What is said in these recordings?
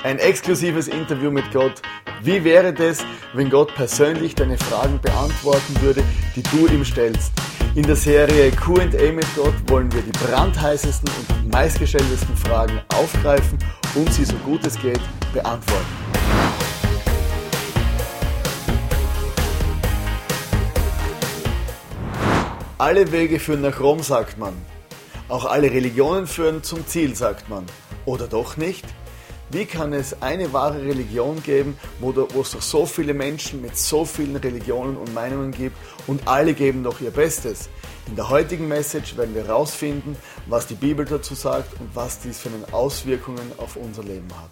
Ein exklusives Interview mit Gott. Wie wäre das, wenn Gott persönlich deine Fragen beantworten würde, die du ihm stellst? In der Serie Q&A mit Gott wollen wir die brandheißesten und meistgestelltesten Fragen aufgreifen und sie so gut es geht beantworten. Alle Wege führen nach Rom, sagt man. Auch alle Religionen führen zum Ziel, sagt man. Oder doch nicht? Wie kann es eine wahre Religion geben, wo es doch so viele Menschen mit so vielen Religionen und Meinungen gibt und alle geben doch ihr Bestes? In der heutigen Message werden wir herausfinden, was die Bibel dazu sagt und was dies für eine Auswirkungen auf unser Leben hat.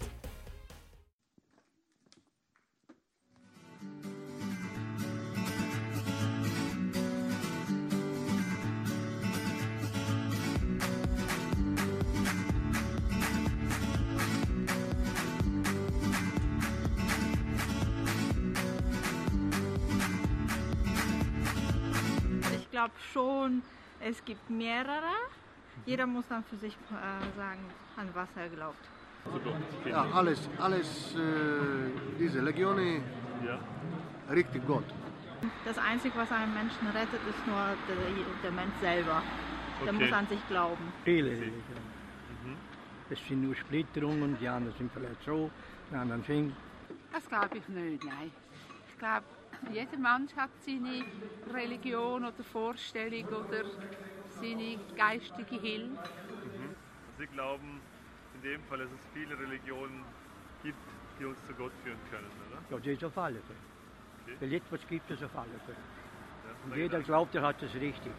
Ich glaube schon, es gibt mehrere. Jeder muss dann für sich sagen, an was er glaubt. Ja, alles diese Religionen richtet Gott. Das Einzige, was einen Menschen rettet, ist nur der Mensch selber. Der muss an sich glauben. Viele Religionen. Es sind nur Splitterungen, die anderen sind vielleicht so, die anderen sind. Das glaube ich nicht, nein. Ich glaube, jeder Mensch hat seine Religion oder Vorstellung oder seine geistige Hilfe. Sie glauben in dem Fall, dass es viele Religionen gibt, die uns zu Gott führen können, oder? Ja, das ist auf alle Fälle. Okay. Weil etwas gibt es auf alle Fälle. Ja, Und jeder glaubt, er hat das Richtige.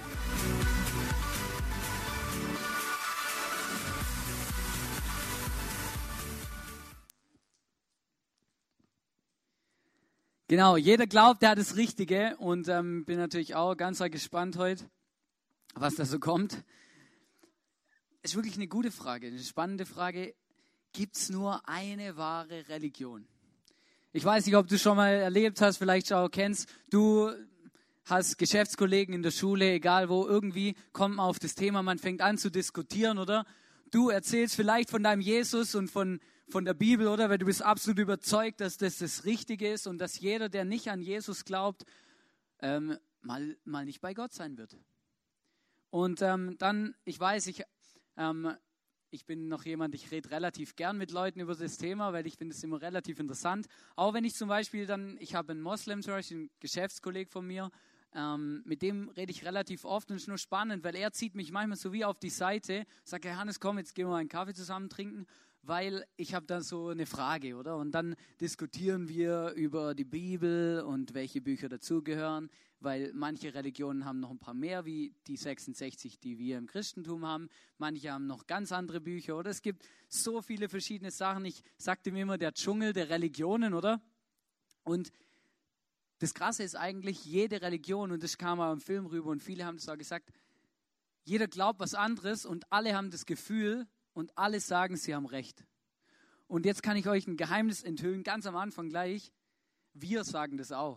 Genau, jeder glaubt, er hat das Richtige und bin natürlich auch ganz gespannt heute, was da so kommt. Ist wirklich eine gute Frage, eine spannende Frage. Gibt es nur eine wahre Religion? Ich weiß nicht, ob du schon mal erlebt hast, vielleicht auch kennst, du hast Geschäftskollegen in der Schule, egal wo, irgendwie kommt man auf das Thema, man fängt an zu diskutieren, oder? Du erzählst vielleicht von deinem Jesus und von der Bibel, oder? Weil du bist absolut überzeugt, dass das Richtige ist und dass jeder, der nicht an Jesus glaubt, mal nicht bei Gott sein wird. Und dann, ich weiß, ich bin noch jemand, ich rede relativ gern mit Leuten über das Thema, weil ich finde es immer relativ interessant. Auch wenn ich zum Beispiel ich habe einen Moslem, zum Beispiel einen Geschäftskollegen von mir, mit dem rede ich relativ oft und es ist nur spannend, weil er zieht mich manchmal so wie auf die Seite, sagt, hey Hannes, komm, jetzt gehen wir einen Kaffee zusammen trinken, weil ich habe da so eine Frage, oder? Und dann diskutieren wir über die Bibel und welche Bücher dazugehören, weil manche Religionen haben noch ein paar mehr, wie die 66, die wir im Christentum haben. Manche haben noch ganz andere Bücher, oder? Es gibt so viele verschiedene Sachen. Ich sagte mir immer, der Dschungel der Religionen, oder? Und das Krasse ist eigentlich, jede Religion, und das kam auch im Film rüber und viele haben das auch gesagt, jeder glaubt was anderes und alle haben das Gefühl und alle sagen, sie haben recht. Und jetzt kann ich euch ein Geheimnis enthüllen, ganz am Anfang gleich, wir sagen das auch.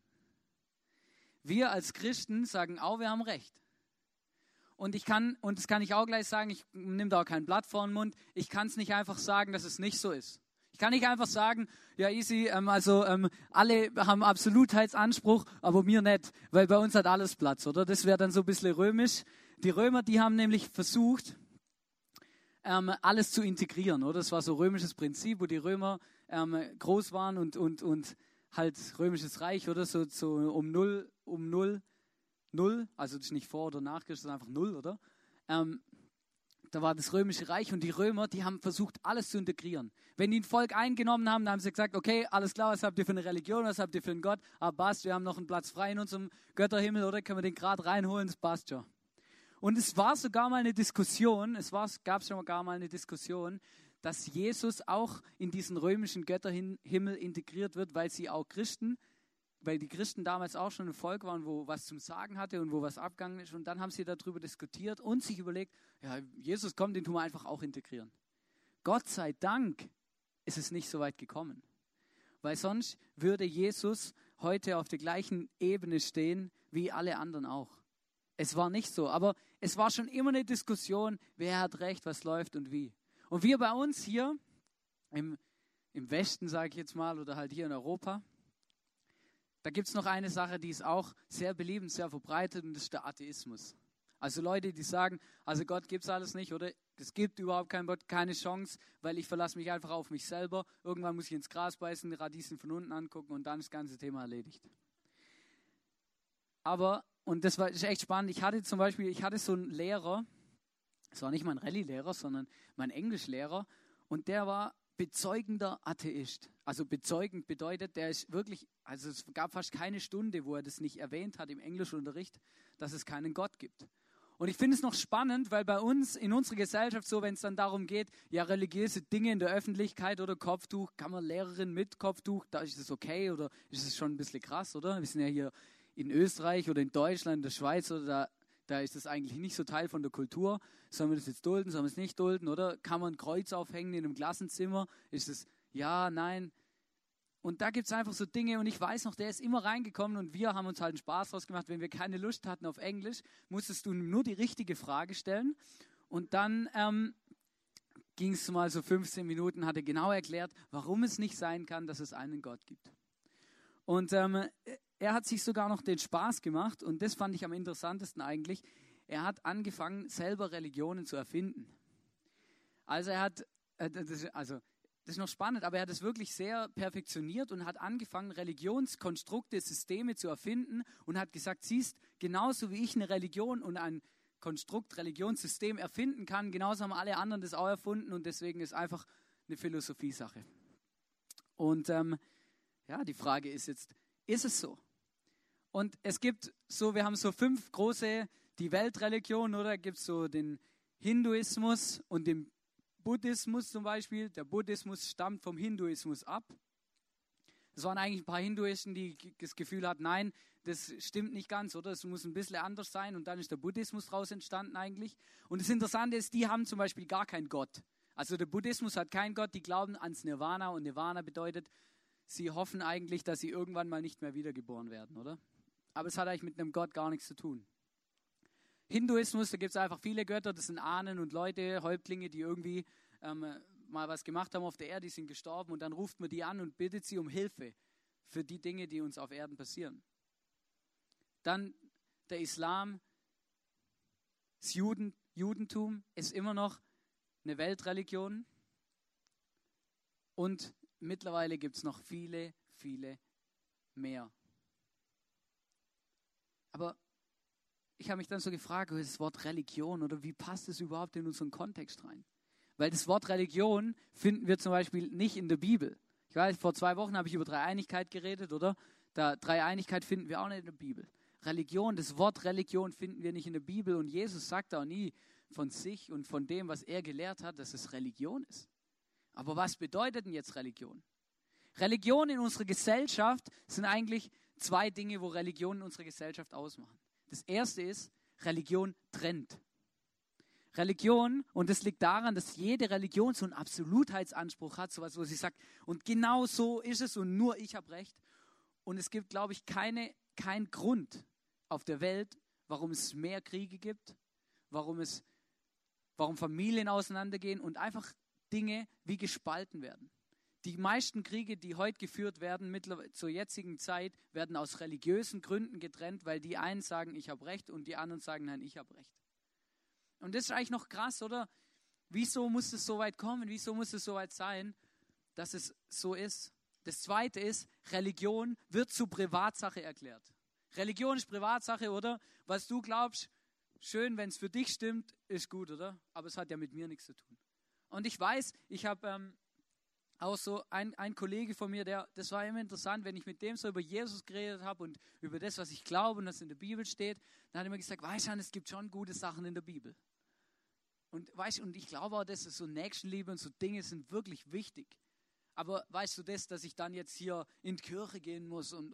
Wir als Christen sagen auch, wir haben recht. Und das kann ich auch gleich sagen, ich nehme da auch kein Blatt vor den Mund, ich kann es nicht einfach sagen, dass es nicht so ist. Ich kann nicht einfach sagen, ja easy, alle haben Absolutheitsanspruch, aber mir nicht, weil bei uns hat alles Platz, oder? Das wäre dann so ein bisschen römisch. Die Römer, die haben nämlich versucht, alles zu integrieren, oder? Das war so römisches Prinzip, wo die Römer groß waren und halt römisches Reich, oder? So um null, also das ist nicht vor oder nach Christus, sondern einfach null, oder? Da war das römische Reich und die Römer, die haben versucht, alles zu integrieren. Wenn die ein Volk eingenommen haben, dann haben sie gesagt, okay, alles klar, was habt ihr für eine Religion, was habt ihr für einen Gott? Ah, passt, wir haben noch einen Platz frei in unserem Götterhimmel, oder? Können wir den gerade reinholen, das passt schon. Und es war sogar mal eine Diskussion, gab schon gar mal eine Diskussion, dass Jesus auch in diesen römischen Götterhimmel integriert wird, weil die Christen damals auch schon ein Volk waren, wo was zum Sagen hatte und wo was abgegangen ist. Und dann haben sie darüber diskutiert und sich überlegt, ja, Jesus kommt, den tun wir einfach auch integrieren. Gott sei Dank ist es nicht so weit gekommen. Weil sonst würde Jesus heute auf der gleichen Ebene stehen wie alle anderen auch. Es war nicht so, aber es war schon immer eine Diskussion, wer hat recht, was läuft und wie. Und wir bei uns hier im Westen, sage ich jetzt mal, oder halt hier in Europa. Da gibt es noch eine Sache, die ist auch sehr beliebt und sehr verbreitet, und das ist der Atheismus. Also Leute, die sagen, also Gott gibt es alles nicht, oder es gibt überhaupt keinen Gott, keine Chance, weil ich verlasse mich einfach auf mich selber. Irgendwann muss ich ins Gras beißen, Radieschen von unten angucken und dann ist das ganze Thema erledigt. Aber, und das ist echt spannend, ich hatte so einen Lehrer, das war nicht mein Rallye-Lehrer, sondern mein Englischlehrer, und der war bezeugender Atheist. Also bezeugend bedeutet, der ist wirklich, also es gab fast keine Stunde, wo er das nicht erwähnt hat im Englischunterricht, dass es keinen Gott gibt. Und ich finde es noch spannend, weil bei uns in unserer Gesellschaft so, wenn es dann darum geht, ja, religiöse Dinge in der Öffentlichkeit oder Kopftuch, kann man Lehrerin mit Kopftuch, da ist es okay oder ist es schon ein bisschen krass, oder? Wir sind ja hier in Österreich oder in Deutschland, in der Schweiz, oder da ist das eigentlich nicht so Teil von der Kultur. Sollen wir das jetzt dulden, sollen wir es nicht dulden, oder? Kann man ein Kreuz aufhängen in einem Klassenzimmer? Ist es ja, nein? Und da gibt es einfach so Dinge, und ich weiß noch, der ist immer reingekommen und wir haben uns halt einen Spaß draus gemacht. Wenn wir keine Lust hatten auf Englisch, musstest du nur die richtige Frage stellen, und dann ging es mal so 15 Minuten, hat er genau erklärt, warum es nicht sein kann, dass es einen Gott gibt. Und er hat sich sogar noch den Spaß gemacht, und das fand ich am interessantesten eigentlich, er hat angefangen, selber Religionen zu erfinden. Also das ist noch spannend, aber er hat es wirklich sehr perfektioniert und hat angefangen, Religionskonstrukte, Systeme zu erfinden, und hat gesagt, siehst, genauso wie ich eine Religion und ein Konstrukt, Religionssystem erfinden kann, genauso haben alle anderen das auch erfunden, und deswegen ist einfach eine Philosophiesache. Und die Frage ist jetzt, ist es so? Und es gibt so, wir haben so 5 große, die Weltreligionen, oder? Gibt es so den Hinduismus und den Buddhismus zum Beispiel. Der Buddhismus stammt vom Hinduismus ab. Es waren eigentlich ein paar Hinduisten, die das Gefühl hatten, nein, das stimmt nicht ganz, oder? Es muss ein bisschen anders sein, und dann ist der Buddhismus daraus entstanden eigentlich. Und das Interessante ist, die haben zum Beispiel gar keinen Gott. Also der Buddhismus hat keinen Gott, die glauben ans Nirvana, und Nirvana bedeutet, sie hoffen eigentlich, dass sie irgendwann mal nicht mehr wiedergeboren werden, oder? Aber es hat eigentlich mit einem Gott gar nichts zu tun. Hinduismus, da gibt es einfach viele Götter, das sind Ahnen und Leute, Häuptlinge, die irgendwie mal was gemacht haben auf der Erde, die sind gestorben, und dann ruft man die an und bittet sie um Hilfe für die Dinge, die uns auf Erden passieren. Dann der Islam, das Judentum ist immer noch eine Weltreligion, und mittlerweile gibt es noch viele, viele mehr. Aber ich habe mich dann so gefragt, das Wort Religion, oder wie passt es überhaupt in unseren Kontext rein? Weil das Wort Religion finden wir zum Beispiel nicht in der Bibel. Ich weiß, vor 2 Wochen habe ich über Dreieinigkeit geredet, oder? Dreieinigkeit finden wir auch nicht in der Bibel. Religion, das Wort Religion finden wir nicht in der Bibel, und Jesus sagt auch nie von sich und von dem, was er gelehrt hat, dass es Religion ist. Aber was bedeutet denn jetzt Religion? Religion in unserer Gesellschaft sind eigentlich 2 Dinge, wo Religion in unserer Gesellschaft ausmachen. Das erste ist, Religion trennt. Religion, und das liegt daran, dass jede Religion so einen Absolutheitsanspruch hat, sowas, wo sie sagt, und genau so ist es und nur ich habe Recht. Und es gibt, glaube ich, keinen Grund auf der Welt, warum es mehr Kriege gibt, warum Familien auseinandergehen und einfach Dinge wie gespalten werden. Die meisten Kriege, die heute geführt werden, zur jetzigen Zeit, werden aus religiösen Gründen getrennt, weil die einen sagen, ich habe Recht, und die anderen sagen, nein, ich habe Recht. Und das ist eigentlich noch krass, oder? Wieso muss es so weit kommen? Wieso muss es so weit sein, dass es so ist? Das Zweite ist, Religion wird zu Privatsache erklärt. Religion ist Privatsache, oder? Was du glaubst, schön, wenn es für dich stimmt, ist gut, oder? Aber es hat ja mit mir nichts zu tun. Und ich weiß, ich habe auch so ein Kollege von mir, das war immer interessant, wenn ich mit dem so über Jesus geredet habe und über das, was ich glaube und was in der Bibel steht, dann hat er immer gesagt, weißt du, es gibt schon gute Sachen in der Bibel. Und ich glaube auch, dass so Nächstenliebe und so Dinge sind wirklich wichtig. Aber weißt du dass ich dann jetzt hier in die Kirche gehen muss und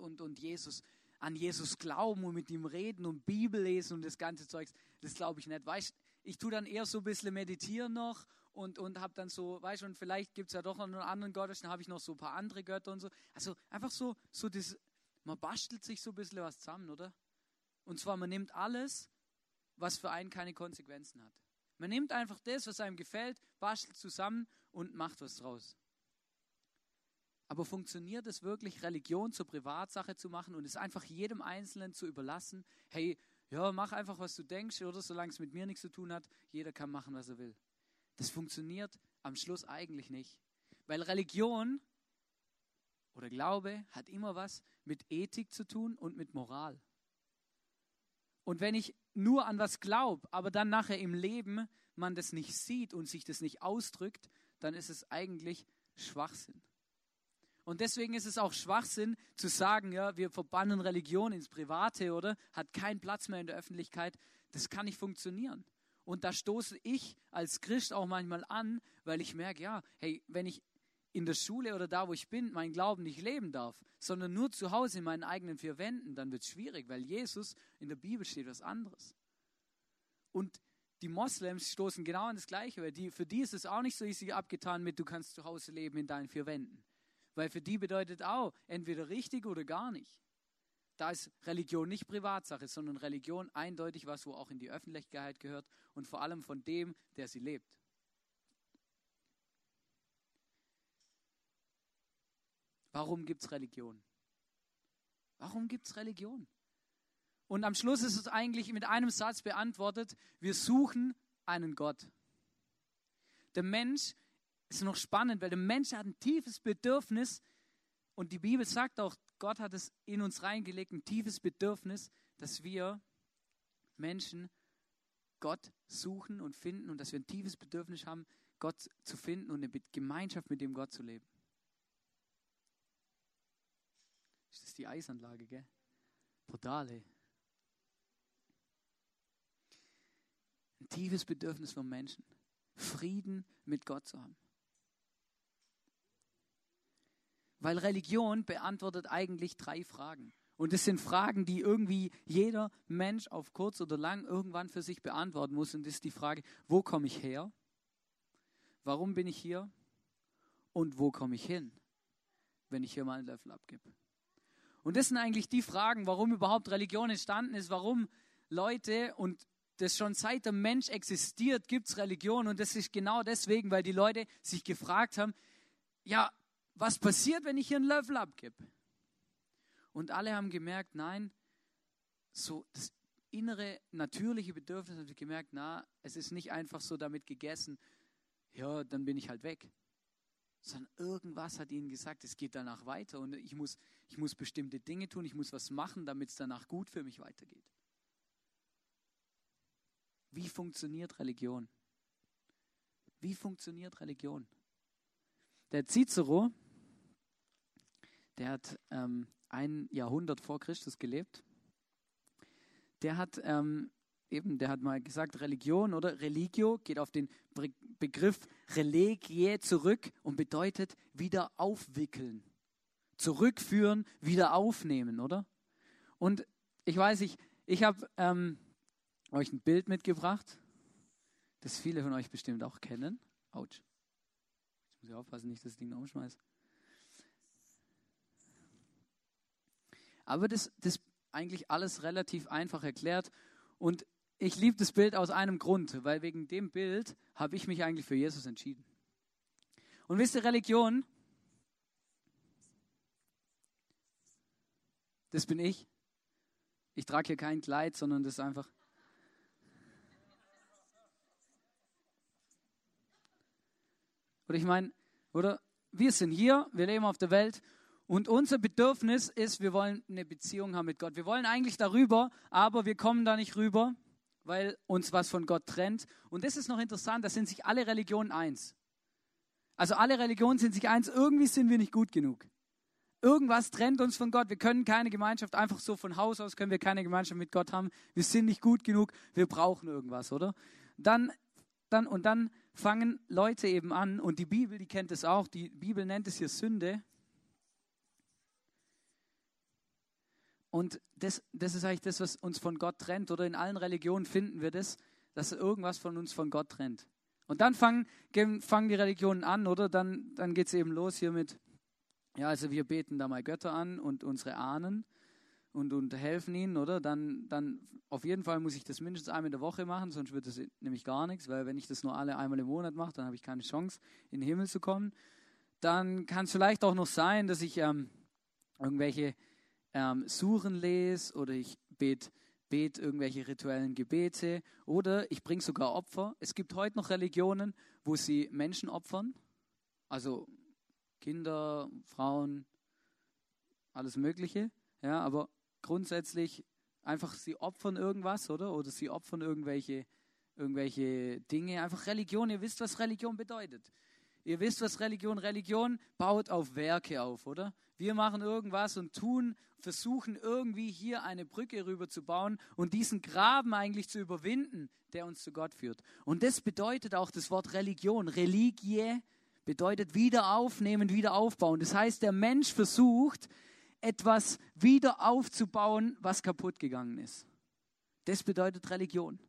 an Jesus glauben und mit ihm reden und Bibel lesen und das ganze Zeugs, das glaube ich nicht. Weißt, ich tue dann eher so ein bisschen meditieren noch und habe dann so, weißt du, und vielleicht gibt es ja doch noch einen anderen Gottesdienst, dann habe ich noch so ein paar andere Götter und so. Also einfach so das, man bastelt sich so ein bisschen was zusammen, oder? Und zwar, man nimmt alles, was für einen keine Konsequenzen hat. Man nimmt einfach das, was einem gefällt, bastelt zusammen und macht was draus. Aber funktioniert es wirklich, Religion zur Privatsache zu machen und es einfach jedem Einzelnen zu überlassen? Hey, ja, mach einfach, was du denkst, oder solange es mit mir nichts zu tun hat, jeder kann machen, was er will. Das funktioniert am Schluss eigentlich nicht. Weil Religion oder Glaube hat immer was mit Ethik zu tun und mit Moral. Und wenn ich nur an was glaube, aber dann nachher im Leben man das nicht sieht und sich das nicht ausdrückt, dann ist es eigentlich Schwachsinn. Und deswegen ist es auch Schwachsinn zu sagen, ja, wir verbannen Religion ins Private, oder? Hat keinen Platz mehr in der Öffentlichkeit. Das kann nicht funktionieren. Und da stoße ich als Christ auch manchmal an, weil ich merke, ja, hey, wenn ich in der Schule oder da, wo ich bin, meinen Glauben nicht leben darf, sondern nur zu Hause in meinen eigenen vier Wänden, dann wird es schwierig, weil Jesus in der Bibel steht was anderes. Und die Moslems stoßen genau an das Gleiche, weil für die ist es auch nicht so easy abgetan mit, du kannst zu Hause leben in deinen vier Wänden. Weil für die bedeutet auch, entweder richtig oder gar nicht. Da ist Religion nicht Privatsache, sondern Religion eindeutig was, wo auch in die Öffentlichkeit gehört und vor allem von dem, der sie lebt. Warum gibt es Religion? Warum gibt es Religion? Und am Schluss ist es eigentlich mit einem Satz beantwortet, wir suchen einen Gott. Der Mensch ist noch spannend, weil der Mensch hat ein tiefes Bedürfnis und die Bibel sagt auch, Gott hat es in uns reingelegt, ein tiefes Bedürfnis, dass wir Menschen Gott suchen und finden und dass wir ein tiefes Bedürfnis haben, Gott zu finden und eine Gemeinschaft mit dem Gott zu leben. Das ist die Eisanlage, gell? Brutal, ey. Ein tiefes Bedürfnis von Menschen, Frieden mit Gott zu haben. Weil Religion beantwortet eigentlich 3 Fragen. Und das sind Fragen, die irgendwie jeder Mensch auf kurz oder lang irgendwann für sich beantworten muss. Und das ist die Frage, wo komme ich her? Warum bin ich hier? Und wo komme ich hin, wenn ich hier mal einen Löffel abgebe? Und das sind eigentlich die Fragen, warum überhaupt Religion entstanden ist, warum Leute, und das schon seit der Mensch existiert, gibt es Religion. Und das ist genau deswegen, weil die Leute sich gefragt haben, ja, was passiert, wenn ich hier einen Löffel abgebe? Und alle haben gemerkt, nein, so das innere, natürliche Bedürfnis haben sie gemerkt, na, es ist nicht einfach so damit gegessen, ja, dann bin ich halt weg. Sondern irgendwas hat ihnen gesagt, es geht danach weiter und ich muss bestimmte Dinge tun, ich muss was machen, damit es danach gut für mich weitergeht. Wie funktioniert Religion? Wie funktioniert Religion? Der Cicero, der hat ein Jahrhundert vor Christus gelebt. Der hat mal gesagt, Religion oder Religio geht auf den Begriff Religie zurück und bedeutet wieder aufwickeln, zurückführen, wieder aufnehmen, oder? Und ich weiß nicht, ich habe euch ein Bild mitgebracht, das viele von euch bestimmt auch kennen. Autsch. Jetzt muss ich aufpassen, nicht, dass das Ding umschmeiße. Aber das ist eigentlich alles relativ einfach erklärt. Und ich liebe das Bild aus einem Grund, weil wegen dem Bild habe ich mich eigentlich für Jesus entschieden. Und wisst ihr, Religion, das bin ich. Ich trage hier kein Kleid, sondern das ist einfach... Oder ich meine, oder wir sind hier, wir leben auf der Welt und unser Bedürfnis ist, wir wollen eine Beziehung haben mit Gott. Wir wollen eigentlich darüber, aber wir kommen da nicht rüber, weil uns was von Gott trennt. Und das ist noch interessant, da sind sich alle Religionen eins. Also alle Religionen sind sich eins, irgendwie sind wir nicht gut genug. Irgendwas trennt uns von Gott. Wir können keine Gemeinschaft, einfach so von Haus aus können wir keine Gemeinschaft mit Gott haben. Wir sind nicht gut genug, wir brauchen irgendwas, oder? Dann fangen Leute eben an, und die Bibel, die kennt es auch, die Bibel nennt es hier Sünde. Und das ist eigentlich das, was uns von Gott trennt, oder in allen Religionen finden wir das, dass irgendwas von uns von Gott trennt. Und dann fangen die Religionen an, oder? Dann geht es eben los hier mit, ja, also wir beten da mal Götter an und unsere Ahnen und helfen ihnen, oder? Dann auf jeden Fall muss ich das mindestens einmal in der Woche machen, sonst wird das nämlich gar nichts, weil wenn ich das nur einmal im Monat mache, dann habe ich keine Chance, in den Himmel zu kommen. dann kann es vielleicht auch noch sein, dass ich irgendwelche Suren lese oder ich bete irgendwelche rituellen Gebete oder ich bringe sogar Opfer. Es gibt heute noch Religionen, wo sie Menschen opfern, also Kinder, Frauen, alles Mögliche. Ja, aber grundsätzlich einfach, sie opfern irgendwas, oder sie opfern irgendwelche Dinge. Einfach Religion, ihr wisst, was Religion bedeutet. Ihr wisst, was Religion baut auf Werke auf, oder? Wir machen irgendwas und versuchen irgendwie hier eine Brücke rüber zu bauen und diesen Graben eigentlich zu überwinden, der uns zu Gott führt. Und das bedeutet auch das Wort Religion. Religie bedeutet wieder aufnehmen, wieder aufbauen. Das heißt, der Mensch versucht, etwas wieder aufzubauen, was kaputt gegangen ist. Das bedeutet Religion.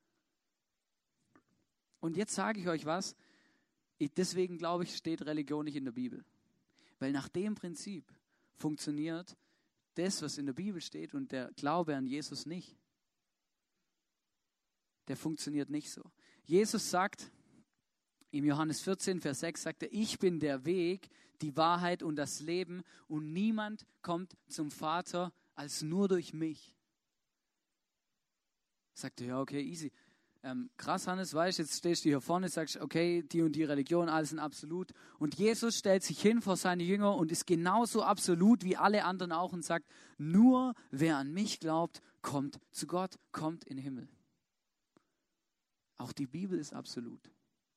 Und jetzt sage ich euch was. Deswegen glaube ich, steht Religion nicht in der Bibel. Weil nach dem Prinzip funktioniert das, was in der Bibel steht und der Glaube an Jesus nicht. Der funktioniert nicht so. Jesus sagt, im Johannes 14, Vers 6 sagt er, ich bin der Weg, die Wahrheit und das Leben und niemand kommt zum Vater als nur durch mich. Sagt er, ja, okay, easy. Krass, Hannes, weißt du, jetzt stehst du hier vorne und sagst, okay, die und die Religion, alles sind absolut. Und Jesus stellt sich hin vor seine Jünger und ist genauso absolut wie alle anderen auch und sagt, nur wer an mich glaubt, kommt zu Gott, kommt in den Himmel. Auch die Bibel ist absolut.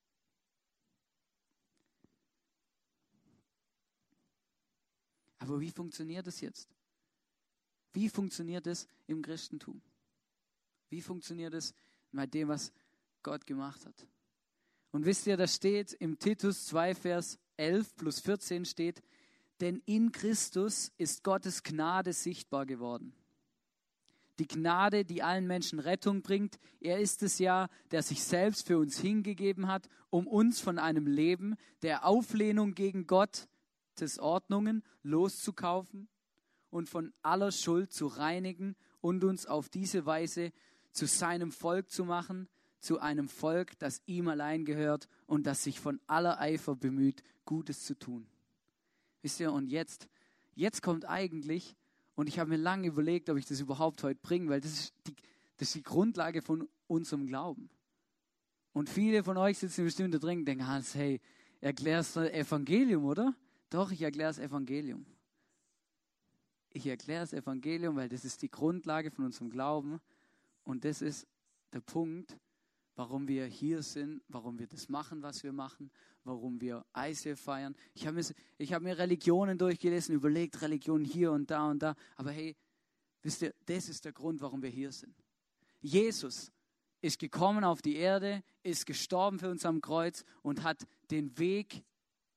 Aber wie funktioniert das jetzt? Wie funktioniert es im Christentum? Wie funktioniert es bei dem, was Gott gemacht hat? Und wisst ihr, da steht im Titus 2, Vers 11 plus 14 steht, denn in Christus ist Gottes Gnade sichtbar geworden. Die Gnade, die allen Menschen Rettung bringt. Er ist es ja, der sich selbst für uns hingegeben hat, um uns von einem Leben der Auflehnung gegen Gottes Ordnungen loszukaufen und von aller Schuld zu reinigen und uns auf diese Weise zu seinem Volk zu machen, zu einem Volk, das ihm allein gehört und das sich von aller Eifer bemüht, Gutes zu tun. Wisst ihr, und jetzt kommt eigentlich, und ich habe mir lange überlegt, ob ich das überhaupt heute bringe, weil das ist die Grundlage von unserem Glauben. Und viele von euch sitzen bestimmt da drin und denken, Hans, hey, erklärst du das Evangelium, oder? Doch, ich erkläre das Evangelium. Ich erkläre das Evangelium, weil das ist die Grundlage von unserem Glauben. Und das ist der Punkt, warum wir hier sind, warum wir das machen, was wir machen, warum wir ICF feiern. Ich habe mir Religionen durchgelesen, überlegt, Religionen hier und da und da. Aber hey, wisst ihr, das ist der Grund, warum wir hier sind. Jesus ist gekommen auf die Erde, ist gestorben für uns am Kreuz und hat den Weg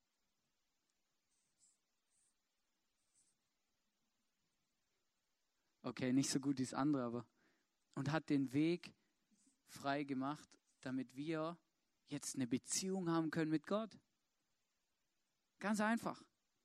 nicht so gut wie das andere, aber und hat den Weg frei gemacht, damit wir jetzt eine Beziehung haben können mit Gott. Ganz einfach.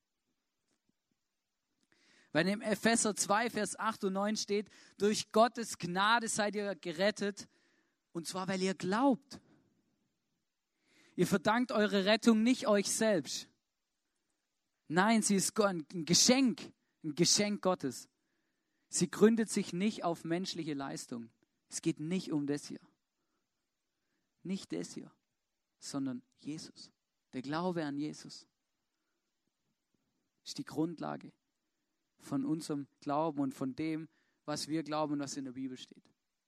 Weil im Epheser 2, Vers 8 und 9 steht, durch Gottes Gnade seid ihr gerettet, und zwar, weil ihr glaubt. Ihr verdankt eure Rettung nicht euch selbst. Nein, sie ist ein Geschenk Gottes. Sie gründet sich nicht auf menschliche Leistung. Es geht nicht um das hier. Nicht das hier, sondern Jesus. Der Glaube an Jesus ist die Grundlage von unserem Glauben und von dem, was wir glauben und was in der Bibel steht.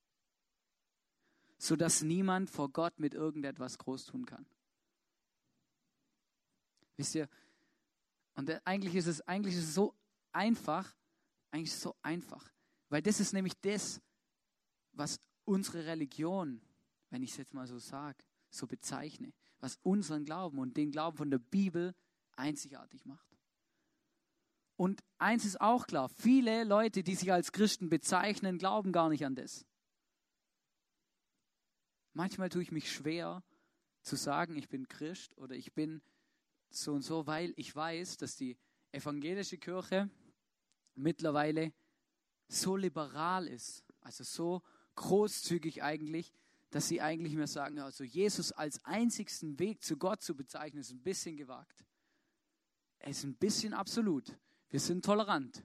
Sodass niemand vor Gott mit irgendetwas groß tun kann. Wisst ihr, und eigentlich ist es so einfach, weil das ist nämlich das, was unsere Religion, wenn ich es jetzt mal so sage, so bezeichne, was unseren Glauben und den Glauben von der Bibel einzigartig macht. Und eins ist auch klar, viele Leute, die sich als Christen bezeichnen, glauben gar nicht an das. Manchmal tue ich mich schwer zu sagen, ich bin Christ oder ich bin so und so, weil ich weiß, dass die evangelische Kirche mittlerweile so liberal ist, also so großzügig eigentlich, dass sie eigentlich mehr sagen, also Jesus als einzigsten Weg zu Gott zu bezeichnen, ist ein bisschen gewagt. es ist ein bisschen absolut. Wir sind tolerant.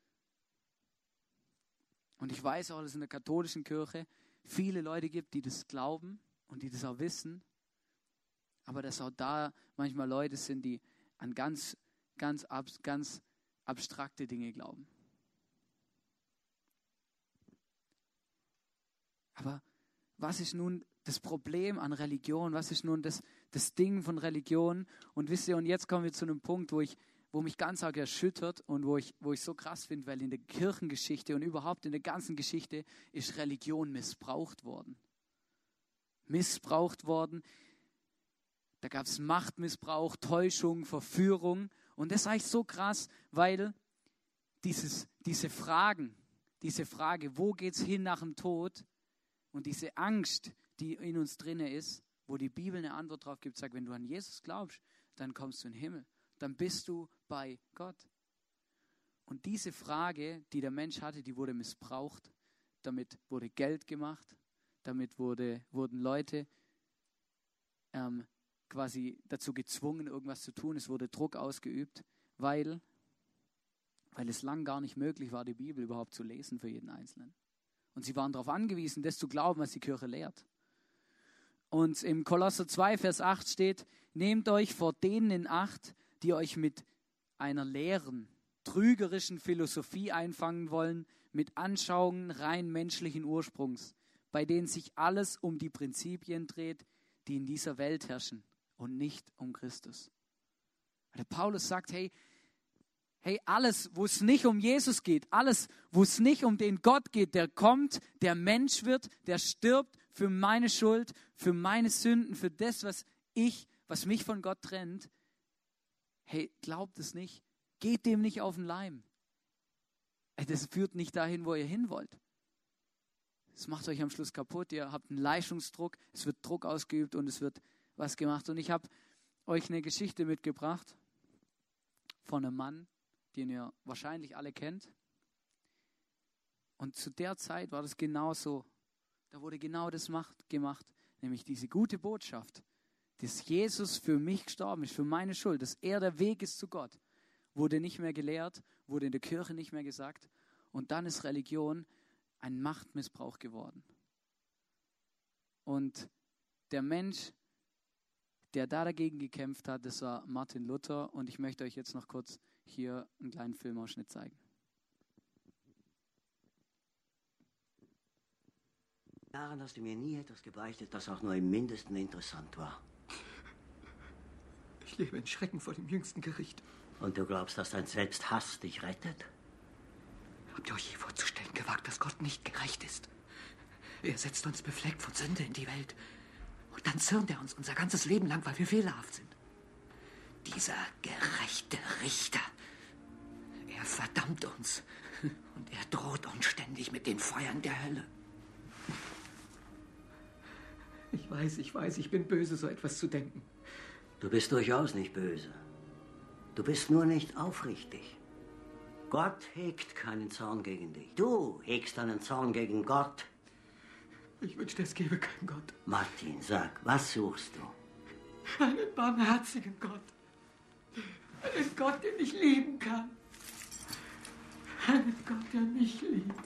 Und ich weiß auch, dass es in der katholischen Kirche viele Leute gibt, die das glauben und die das auch wissen. Aber dass auch da manchmal Leute sind, die an ganz abstrakte Dinge glauben. Aber was ist nun das Problem an Religion? Was ist nun das Ding von Religion? Und wisst ihr, und jetzt kommen wir zu einem Punkt, wo mich ganz arg erschüttert und wo ich so krass finde, weil in der Kirchengeschichte und überhaupt in der ganzen Geschichte ist Religion missbraucht worden. Da gab es Machtmissbrauch, Täuschung, Verführung. Und das ist eigentlich so krass, weil diese Frage, wo geht es hin nach dem Tod? Und diese Angst, die in uns drinne ist, wo die Bibel eine Antwort drauf gibt, sagt, wenn du an Jesus glaubst, dann kommst du in den Himmel. Dann bist du bei Gott. Und diese Frage, die der Mensch hatte, die wurde missbraucht. Damit wurde Geld gemacht. Damit wurden Leute quasi dazu gezwungen, irgendwas zu tun. Es wurde Druck ausgeübt, weil es lang gar nicht möglich war, die Bibel überhaupt zu lesen für jeden Einzelnen. Und sie waren darauf angewiesen, das zu glauben, was die Kirche lehrt. Und im Kolosser 2, Vers 8 steht, nehmt euch vor denen in Acht, die euch mit einer leeren, trügerischen Philosophie einfangen wollen, mit Anschauungen rein menschlichen Ursprungs, bei denen sich alles um die Prinzipien dreht, die in dieser Welt herrschen und nicht um Christus. Der Paulus sagt, hey, alles, wo es nicht um Jesus geht, alles, wo es nicht um den Gott geht, der kommt, der Mensch wird, der stirbt für meine Schuld, für meine Sünden, für das, was mich von Gott trennt. Hey, glaubt es nicht. Geht dem nicht auf den Leim. Das führt nicht dahin, wo ihr hin wollt. Es macht euch am Schluss kaputt. Ihr habt einen Leistungsdruck, es wird Druck ausgeübt und es wird was gemacht. Und ich habe euch eine Geschichte mitgebracht von einem Mann, den ihr wahrscheinlich alle kennt. Und zu der Zeit war das genau so. Da wurde genau das gemacht, nämlich diese gute Botschaft, dass Jesus für mich gestorben ist, für meine Schuld, dass er der Weg ist zu Gott, wurde nicht mehr gelehrt, wurde in der Kirche nicht mehr gesagt. Und dann ist Religion ein Machtmissbrauch geworden. Und der Mensch, der da dagegen gekämpft hat, das war Martin Luther. Und ich möchte euch jetzt noch kurz hier einen kleinen Filmausschnitt zeigen. Daran hast du mir nie etwas gebeichtet, das auch nur im Mindesten interessant war. Ich lebe in Schrecken vor dem jüngsten Gericht. Und du glaubst, dass dein Selbsthass dich rettet? Habt ihr euch je vorzustellen gewagt, dass Gott nicht gerecht ist? Er setzt uns befleckt von Sünde in die Welt. Und dann zürnt er uns unser ganzes Leben lang, weil wir fehlerhaft sind. Dieser gerechte Richter, er verdammt uns. Und er droht uns ständig mit den Feuern der Hölle. Ich weiß, ich bin böse, so etwas zu denken. Du bist durchaus nicht böse. Du bist nur nicht aufrichtig. Gott hegt keinen Zorn gegen dich. Du hegst einen Zorn gegen Gott. Ich wünschte, es gäbe keinen Gott. Martin, sag, was suchst du? Einen barmherzigen Gott. Einen Gott, den ich lieben kann. Einen Gott, der mich liebt.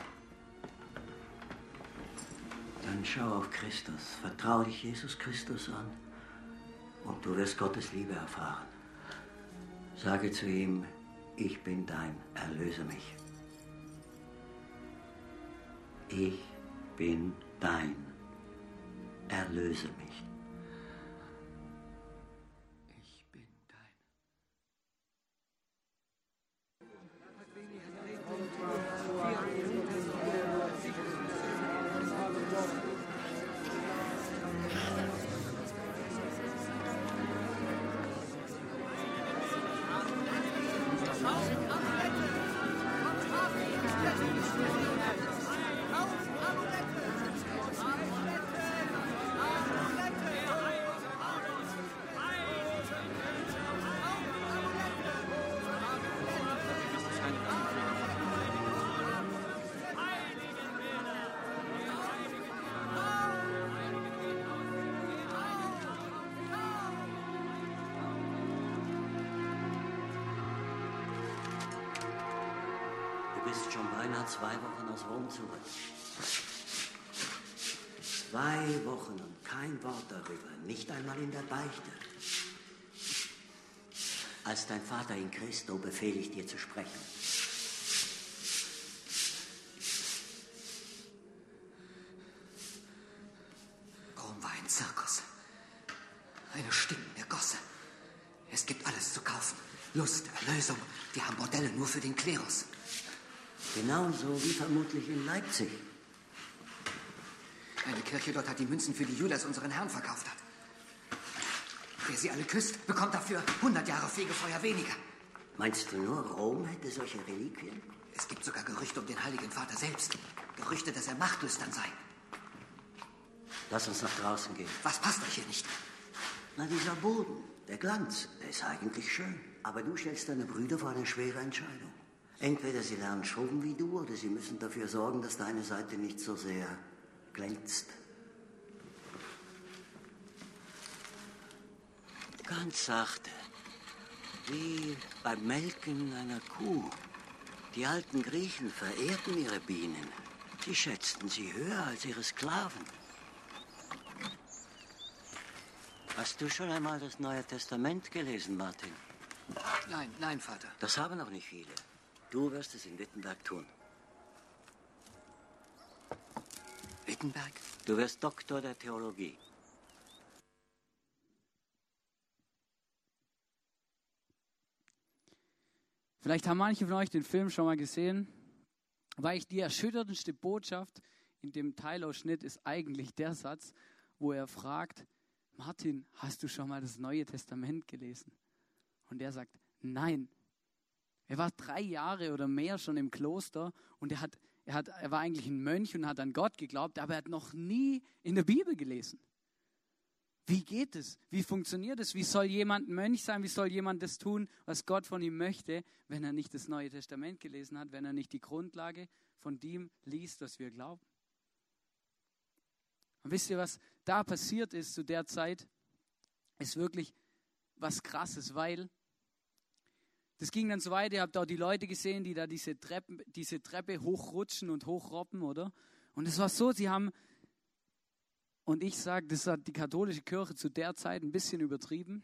Dann schau auf Christus. Vertrau dich Jesus Christus an und du wirst Gottes Liebe erfahren. Sage zu ihm, ich bin dein, erlöse mich. Ich bin dein, erlöse mich. Ich bin dein. Du bist schon beinahe 2 Wochen aus Rom zurück. 2 Wochen und kein Wort darüber, nicht einmal in der Beichte. Als dein Vater in Christo befehle ich dir zu sprechen. Rom war ein Zirkus. Eine stinkende Gosse. Es gibt alles zu kaufen. Lust, Erlösung. Die haben Bordelle nur für den Klerus. Genauso wie vermutlich in Leipzig. Eine Kirche dort hat die Münzen, für die Judas unseren Herrn verkauft hat. Wer sie alle küsst, bekommt dafür 100 Jahre Fegefeuer weniger. Meinst du nur, Rom hätte solche Reliquien? Es gibt sogar Gerüchte um den Heiligen Vater selbst. Gerüchte, dass er machtlüstern sei. Lass uns nach draußen gehen. Was passt euch hier nicht? Na, dieser Boden, der Glanz, der ist eigentlich schön. Aber du stellst deine Brüder vor eine schwere Entscheidung. Entweder sie lernen schrubben wie du, oder sie müssen dafür sorgen, dass deine Seite nicht so sehr glänzt. Ganz sachte. Wie beim Melken einer Kuh. Die alten Griechen verehrten ihre Bienen. Sie schätzten sie höher als ihre Sklaven. Hast du schon einmal das Neue Testament gelesen, Martin? Nein, Vater. Das haben noch nicht viele. Du wirst es in Wittenberg tun. Wittenberg? Du wirst Doktor der Theologie. Vielleicht haben manche von euch den Film schon mal gesehen, weil die erschütterndste Botschaft in dem Teilausschnitt ist eigentlich der Satz, wo er fragt, Martin, hast du schon mal das Neue Testament gelesen? Und er sagt, nein. Er war 3 Jahre oder mehr schon im Kloster und er war eigentlich ein Mönch und hat an Gott geglaubt, aber er hat noch nie in der Bibel gelesen. Wie geht es? Wie funktioniert es? Wie soll jemand ein Mönch sein? Wie soll jemand das tun, was Gott von ihm möchte, wenn er nicht das Neue Testament gelesen hat, wenn er nicht die Grundlage von dem liest, was wir glauben? Und wisst ihr, was da passiert ist zu der Zeit? Ist wirklich was Krasses, weil das ging dann so weiter. Ihr habt auch die Leute gesehen, die da diese Treppe hochrutschen und hochrobben, oder? Und es war so, und ich sage, das hat die katholische Kirche zu der Zeit ein bisschen übertrieben,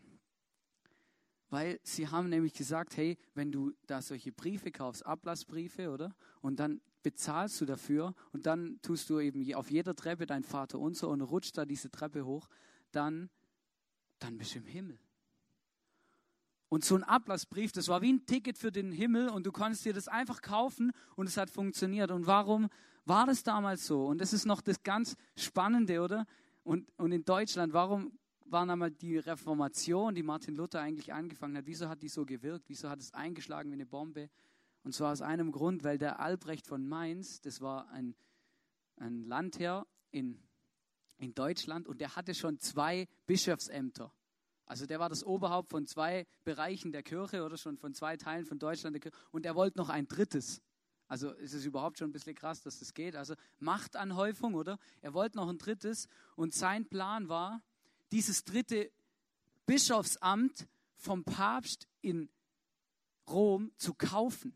weil sie haben nämlich gesagt, hey, wenn du da solche Briefe kaufst, Ablassbriefe, oder? Und dann bezahlst du dafür und dann tust du eben auf jeder Treppe dein Vaterunser und rutscht da diese Treppe hoch, dann bist du im Himmel. Und so ein Ablassbrief, das war wie ein Ticket für den Himmel und du konntest dir das einfach kaufen und es hat funktioniert. Und warum war das damals so? Und das ist noch das ganz Spannende, oder? Und in Deutschland, warum war einmal die Reformation, die Martin Luther eigentlich angefangen hat, wieso hat die so gewirkt? Wieso hat es eingeschlagen wie eine Bombe? Und zwar aus einem Grund, weil der Albrecht von Mainz, das war ein Landherr in Deutschland und der hatte schon 2 Bischofsämter. Also der war das Oberhaupt von 2 Bereichen der Kirche oder schon von 2 Teilen von Deutschland der Kirche. Und er wollte noch ein 3. Also ist es überhaupt schon ein bisschen krass, dass das geht. Also Machtanhäufung, oder? Er wollte noch ein 3. Und sein Plan war, dieses 3. Bischofsamt vom Papst in Rom zu kaufen.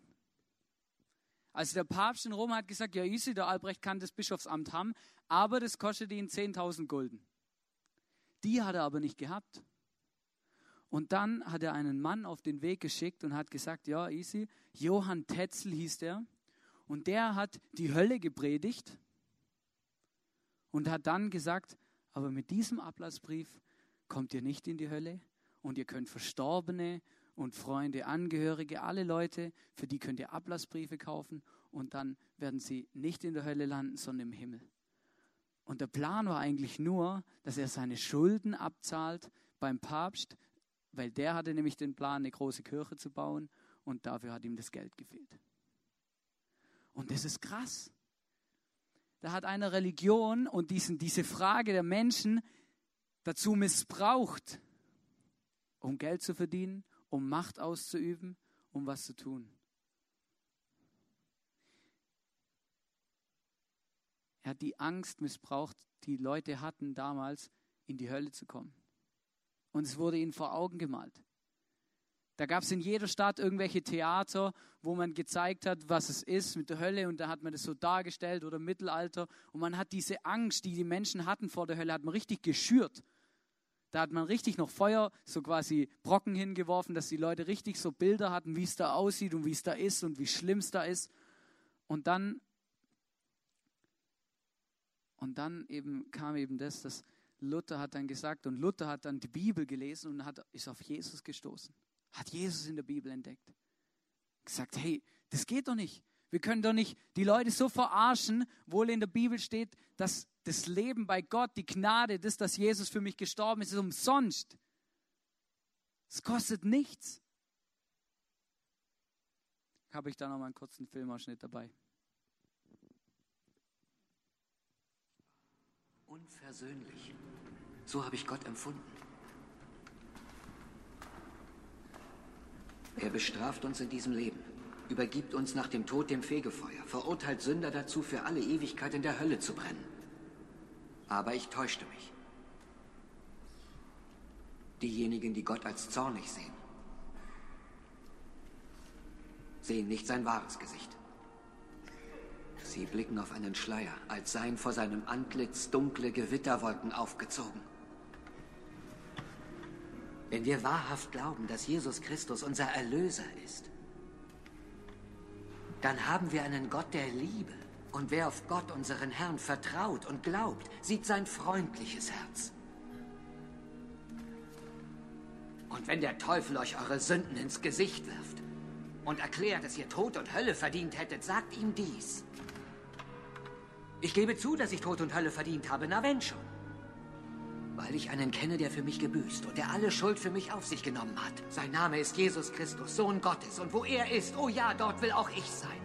Also der Papst in Rom hat gesagt, ja easy, der Albrecht kann das Bischofsamt haben, aber das kostet ihn 10.000 Gulden. Die hat er aber nicht gehabt. Und dann hat er einen Mann auf den Weg geschickt und hat gesagt, ja easy, Johann Tetzel hieß der. Und der hat die Hölle gepredigt und hat dann gesagt, aber mit diesem Ablassbrief kommt ihr nicht in die Hölle und ihr könnt Verstorbene und Freunde, Angehörige, alle Leute, für die könnt ihr Ablassbriefe kaufen und dann werden sie nicht in der Hölle landen, sondern im Himmel. Und der Plan war eigentlich nur, dass er seine Schulden abzahlt beim Papst, weil der hatte nämlich den Plan, eine große Kirche zu bauen und dafür hat ihm das Geld gefehlt. Und das ist krass. Da hat eine Religion und diese Frage der Menschen dazu missbraucht, um Geld zu verdienen, um Macht auszuüben, um was zu tun. Er hat die Angst missbraucht, die Leute hatten damals, in die Hölle zu kommen. Und es wurde ihnen vor Augen gemalt. Da gab es in jeder Stadt irgendwelche Theater, wo man gezeigt hat, was es ist mit der Hölle, und da hat man das so dargestellt, oder im Mittelalter. Und man hat diese Angst, die die Menschen hatten vor der Hölle, hat man richtig geschürt. Da hat man richtig noch Feuer, so quasi Brocken hingeworfen, dass die Leute richtig so Bilder hatten, wie es da aussieht und wie es da ist und wie schlimm es da ist. Und dann eben kam eben das, dass Luther hat dann gesagt, und Luther hat dann die Bibel gelesen und ist auf Jesus gestoßen. Hat Jesus in der Bibel entdeckt. Gesagt, hey, das geht doch nicht. Wir können doch nicht die Leute so verarschen, wohl in der Bibel steht, dass das Leben bei Gott, die Gnade, das, dass Jesus für mich gestorben ist umsonst. Es kostet nichts. Habe ich da noch mal einen kurzen Filmausschnitt dabei. Unversöhnlich. So habe ich Gott empfunden. Er bestraft uns in diesem Leben, übergibt uns nach dem Tod dem Fegefeuer, verurteilt Sünder dazu, für alle Ewigkeit in der Hölle zu brennen. Aber ich täuschte mich. Diejenigen, die Gott als zornig sehen, sehen nicht sein wahres Gesicht. Sie blicken auf einen Schleier, als seien vor seinem Antlitz dunkle Gewitterwolken aufgezogen. Wenn wir wahrhaft glauben, dass Jesus Christus unser Erlöser ist, dann haben wir einen Gott der Liebe. Und wer auf Gott, unseren Herrn, vertraut und glaubt, sieht sein freundliches Herz. Und wenn der Teufel euch eure Sünden ins Gesicht wirft und erklärt, dass ihr Tod und Hölle verdient hättet, sagt ihm dies. Ich gebe zu, dass ich Tod und Hölle verdient habe, na wenn schon. Weil ich einen kenne, der für mich gebüßt und der alle Schuld für mich auf sich genommen hat. Sein Name ist Jesus Christus, Sohn Gottes. Und wo er ist, oh ja, dort will auch ich sein.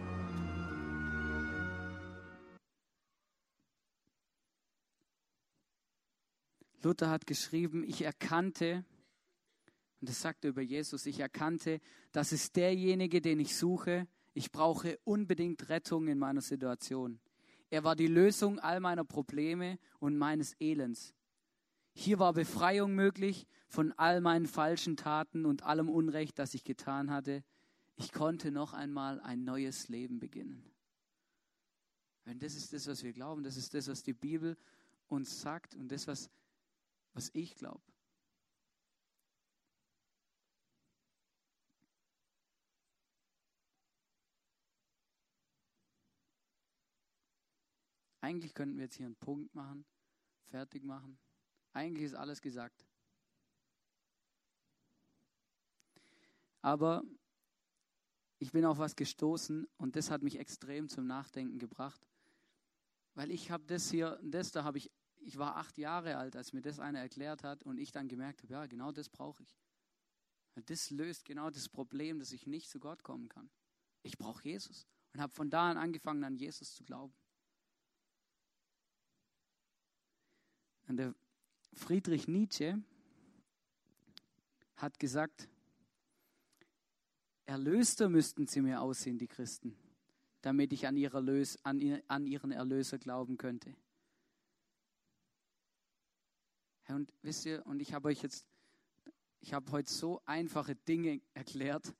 Luther hat geschrieben, ich erkannte, und das sagt er über Jesus, ich erkannte, das ist derjenige, den ich suche. Ich brauche unbedingt Rettung in meiner Situation. Er war die Lösung all meiner Probleme und meines Elends. Hier war Befreiung möglich von all meinen falschen Taten und allem Unrecht, das ich getan hatte. Ich konnte noch einmal ein neues Leben beginnen. Wenn das ist das, was wir glauben, das ist das, was die Bibel uns sagt und das, was ich glaube. Eigentlich könnten wir jetzt hier einen Punkt machen, fertig machen. Eigentlich ist alles gesagt. Aber ich bin auf was gestoßen und das hat mich extrem zum Nachdenken gebracht. Weil ich habe ich war 8 Jahre alt, als mir das einer erklärt hat und ich dann gemerkt habe, ja, genau das brauche ich. Das löst genau das Problem, dass ich nicht zu Gott kommen kann. Ich brauche Jesus. Und habe von da an angefangen, an Jesus zu glauben. Und der Friedrich Nietzsche hat gesagt, erlöster müssten sie mir aussehen, die Christen, damit ich an ihren Erlöser glauben könnte. Und wisst ihr, und ich habe heute so einfache Dinge erklärt,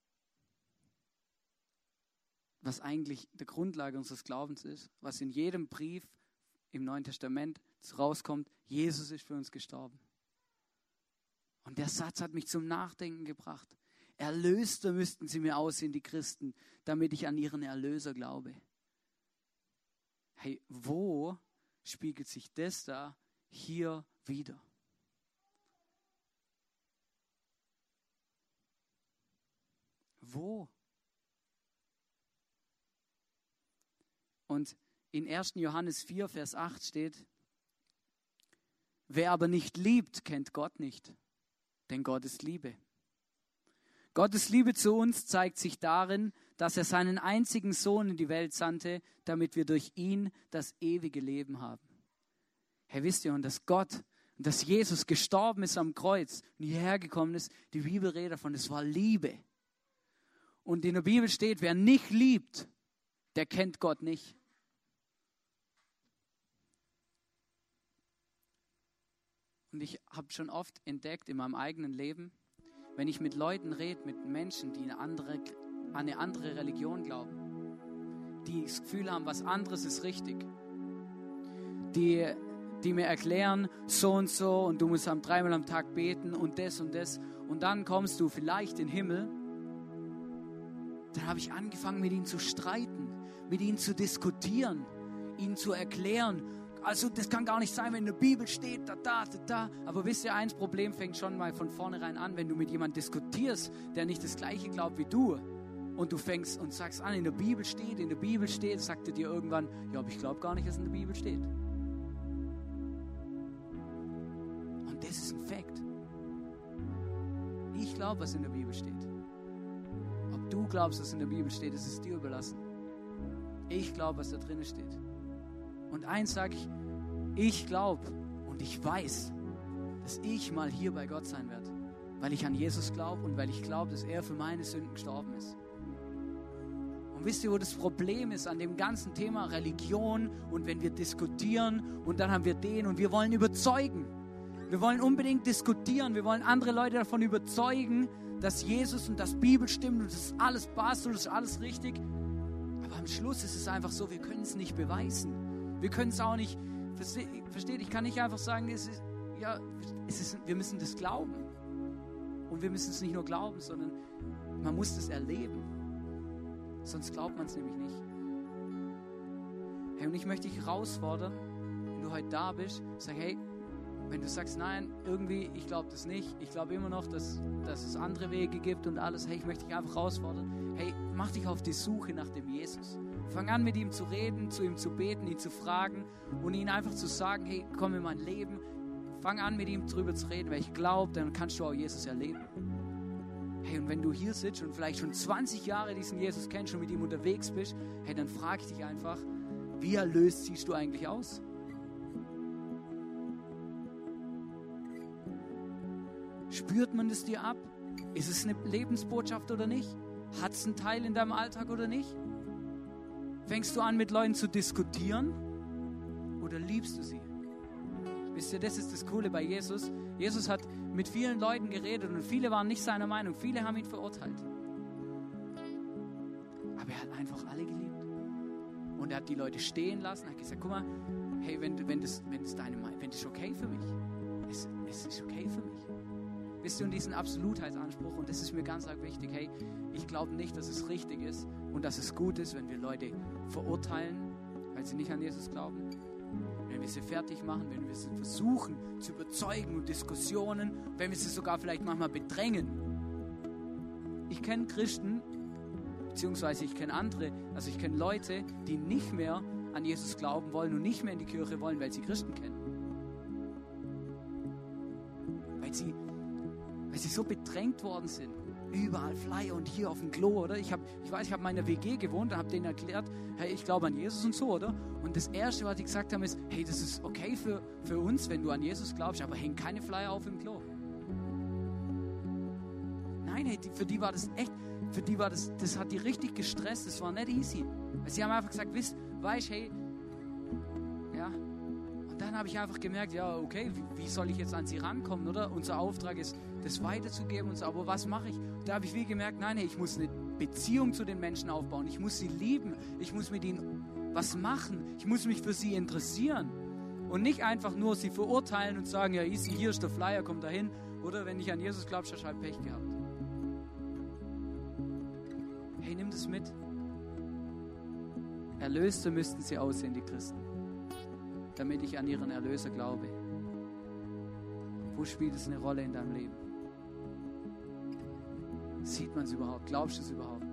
was eigentlich die Grundlage unseres Glaubens ist, was in jedem Brief im Neuen Testament rauskommt, Jesus ist für uns gestorben. Und der Satz hat mich zum Nachdenken gebracht. Erlöster müssten sie mir aussehen, die Christen, damit ich an ihren Erlöser glaube. Hey, wo spiegelt sich das da hier wieder? Wo? Und in 1. Johannes 4, Vers 8 steht, wer aber nicht liebt, kennt Gott nicht, denn Gott ist Liebe. Gottes Liebe zu uns zeigt sich darin, dass er seinen einzigen Sohn in die Welt sandte, damit wir durch ihn das ewige Leben haben. Hey, wisst ihr, und dass Jesus gestorben ist am Kreuz und hierher gekommen ist, die Bibel redet davon, es war Liebe. Und in der Bibel steht, wer nicht liebt, der kennt Gott nicht. Und ich habe schon oft entdeckt in meinem eigenen Leben, wenn ich mit Leuten rede, mit Menschen, die an eine andere Religion glauben, die das Gefühl haben, was anderes ist richtig, die mir erklären, so und du musst 3-mal am Tag beten und das und dann kommst du vielleicht in den Himmel, dann habe ich angefangen, mit ihnen zu streiten, mit ihnen zu diskutieren, ihnen zu erklären, also das kann gar nicht sein, wenn in der Bibel steht, da. Aber wisst ihr, eins Problem fängt schon mal von vornherein an, wenn du mit jemandem diskutierst, der nicht das Gleiche glaubt wie du, und du fängst und sagst an, in der Bibel steht, sagt er dir irgendwann, ja, aber ich glaube gar nicht, dass in der Bibel steht. Und das ist ein Fakt. Ich glaube, was in der Bibel steht. Ob du glaubst, was in der Bibel steht, das ist dir überlassen. Ich glaube, was da drin steht. Und eins sage ich glaube und ich weiß, dass ich mal hier bei Gott sein werde, weil ich an Jesus glaube und weil ich glaube, dass er für meine Sünden gestorben ist. Und wisst ihr, wo das Problem ist an dem ganzen Thema Religion und wenn wir diskutieren und dann haben wir den und wir wollen überzeugen. Wir wollen unbedingt diskutieren, wir wollen andere Leute davon überzeugen, dass Jesus und das Bibel stimmt und das alles passt und das ist alles richtig. Aber am Schluss ist es einfach so, wir können es nicht beweisen. Wir können es auch nicht, versteht, ich kann nicht einfach sagen, wir müssen das glauben. Und wir müssen es nicht nur glauben, sondern man muss das erleben. Sonst glaubt man es nämlich nicht. Hey, und ich möchte dich herausfordern, wenn du heute da bist, sag, hey, wenn du sagst, nein, irgendwie, ich glaube das nicht, ich glaube immer noch, dass es andere Wege gibt und alles, hey, ich möchte dich einfach herausfordern, hey, mach dich auf die Suche nach dem Jesus. Fang an, mit ihm zu reden, zu ihm zu beten, ihn zu fragen und ihn einfach zu sagen, hey, komm in mein Leben. Fang an, mit ihm drüber zu reden, weil ich glaube, dann kannst du auch Jesus erleben. Hey, und wenn du hier sitzt und vielleicht schon 20 Jahre diesen Jesus kennst und mit ihm unterwegs bist, hey, dann frage ich dich einfach, wie erlöst siehst du eigentlich aus? Spürt man es dir ab? Ist es eine Lebensbotschaft oder nicht? Hat es einen Teil in deinem Alltag oder nicht? Fängst du an, mit Leuten zu diskutieren oder liebst du sie? Wisst ihr, das ist das Coole bei Jesus. Jesus hat mit vielen Leuten geredet und viele waren nicht seiner Meinung. Viele haben ihn verurteilt. Aber er hat einfach alle geliebt. Und er hat die Leute stehen lassen. Er hat gesagt, guck mal, hey, wenn das okay für mich. Es ist okay für mich. Wisst ihr, und diesen Absolutheitsanspruch, und das ist mir ganz arg wichtig, hey, ich glaube nicht, dass es richtig ist und dass es gut ist, wenn wir Leute verurteilen, weil sie nicht an Jesus glauben, wenn wir sie fertig machen, wenn wir sie versuchen zu überzeugen und Diskussionen, wenn wir sie sogar vielleicht manchmal bedrängen. Ich kenne Christen, beziehungsweise ich kenne andere, also ich kenne Leute, die nicht mehr an Jesus glauben wollen und nicht mehr in die Kirche wollen, weil sie Christen kennen. Weil sie so bedrängt worden sind. Überall Flyer und hier auf dem Klo, oder? Ich habe in meiner WG gewohnt und habe denen erklärt, hey, ich glaube an Jesus und so, oder? Und das Erste, was die gesagt haben, ist, hey, das ist okay für uns, wenn du an Jesus glaubst, aber häng keine Flyer auf im Klo. Nein, hey, für die war das echt, das hat die richtig gestresst, das war nicht easy. Weil sie haben einfach gesagt, weißt, hey, ja. Und dann habe ich einfach gemerkt, ja, okay, wie soll ich jetzt an sie rankommen, oder? Unser Auftrag ist, das weiterzugeben und so, aber was mache ich? Da habe ich wie gemerkt, nein, hey, ich muss eine Beziehung zu den Menschen aufbauen, ich muss sie lieben, ich muss mit ihnen was machen, ich muss mich für sie interessieren und nicht einfach nur sie verurteilen und sagen, ja, easy, hier ist der Flyer, komm dahin, oder wenn ich an Jesus glaube, hast du halt Pech gehabt. Hey, nimm das mit. Erlöste müssten sie aussehen, die Christen, damit ich an ihren Erlöser glaube. Wo spielt es eine Rolle in deinem Leben? Sieht man es überhaupt? Glaubst du es überhaupt?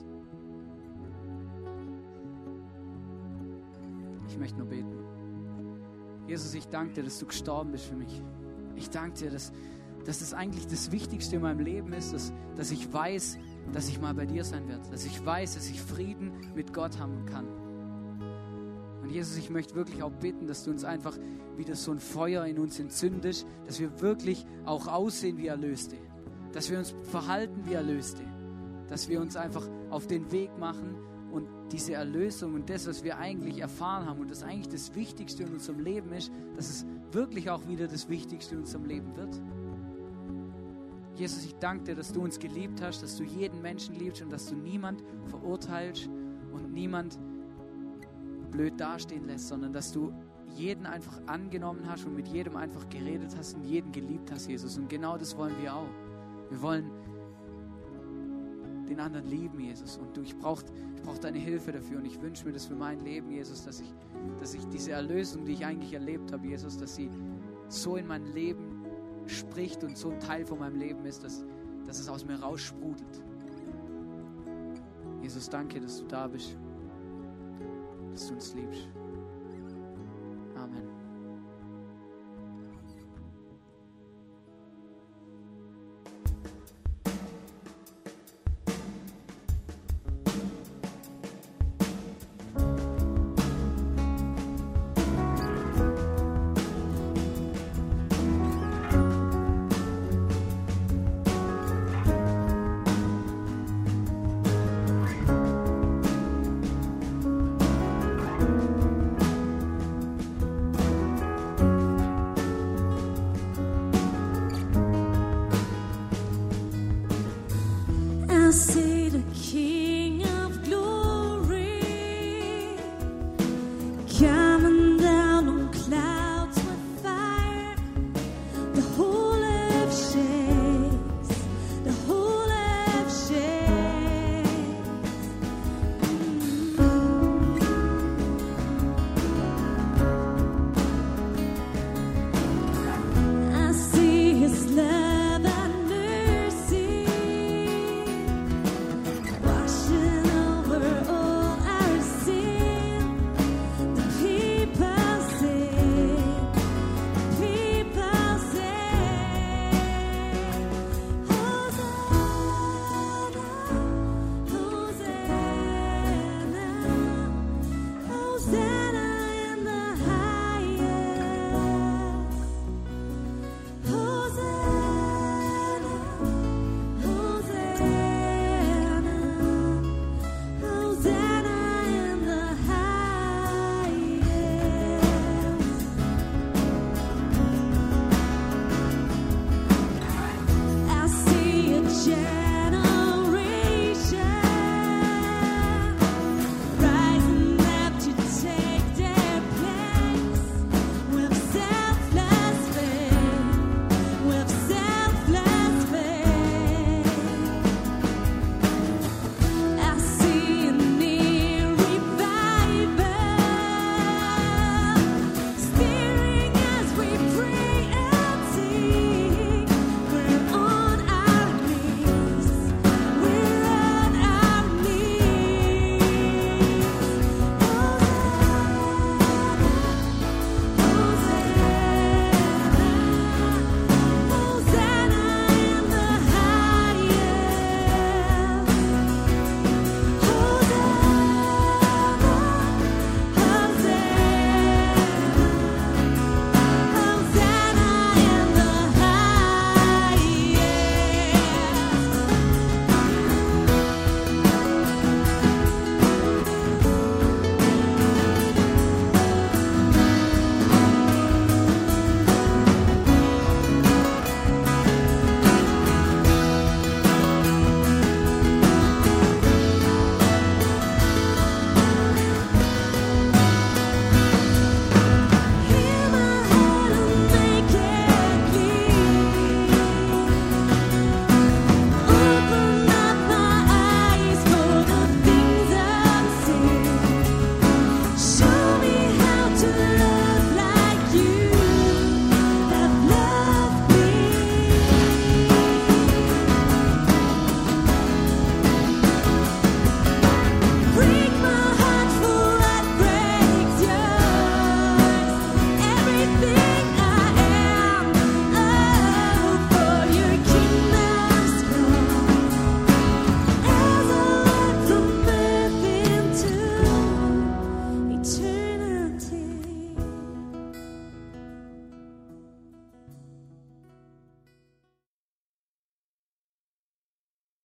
Ich möchte nur beten. Jesus, ich danke dir, dass du gestorben bist für mich. Ich danke dir, dass das eigentlich das Wichtigste in meinem Leben ist, dass ich weiß, dass ich mal bei dir sein werde. Dass ich weiß, dass ich Frieden mit Gott haben kann. Und Jesus, ich möchte wirklich auch bitten, dass du uns einfach wieder so ein Feuer in uns entzündest, dass wir wirklich auch aussehen wie Erlöste. Dass wir uns verhalten wie Erlöste. Dass wir uns einfach auf den Weg machen und diese Erlösung und das, was wir eigentlich erfahren haben und das eigentlich das Wichtigste in unserem Leben ist, dass es wirklich auch wieder das Wichtigste in unserem Leben wird. Jesus, ich danke dir, dass du uns geliebt hast, dass du jeden Menschen liebst und dass du niemand verurteilst und niemand blöd dastehen lässt, sondern dass du jeden einfach angenommen hast und mit jedem einfach geredet hast und jeden geliebt hast, Jesus. Und genau das wollen wir auch. Wir wollen den anderen lieben, Jesus. Und ich brauche deine Hilfe dafür. Und ich wünsche mir das für mein Leben, Jesus, dass ich diese Erlösung, die ich eigentlich erlebt habe, Jesus, dass sie so in mein Leben spricht und so ein Teil von meinem Leben ist, dass es aus mir raussprudelt. Jesus, danke, dass du da bist, dass du uns liebst. Amen. I see the key.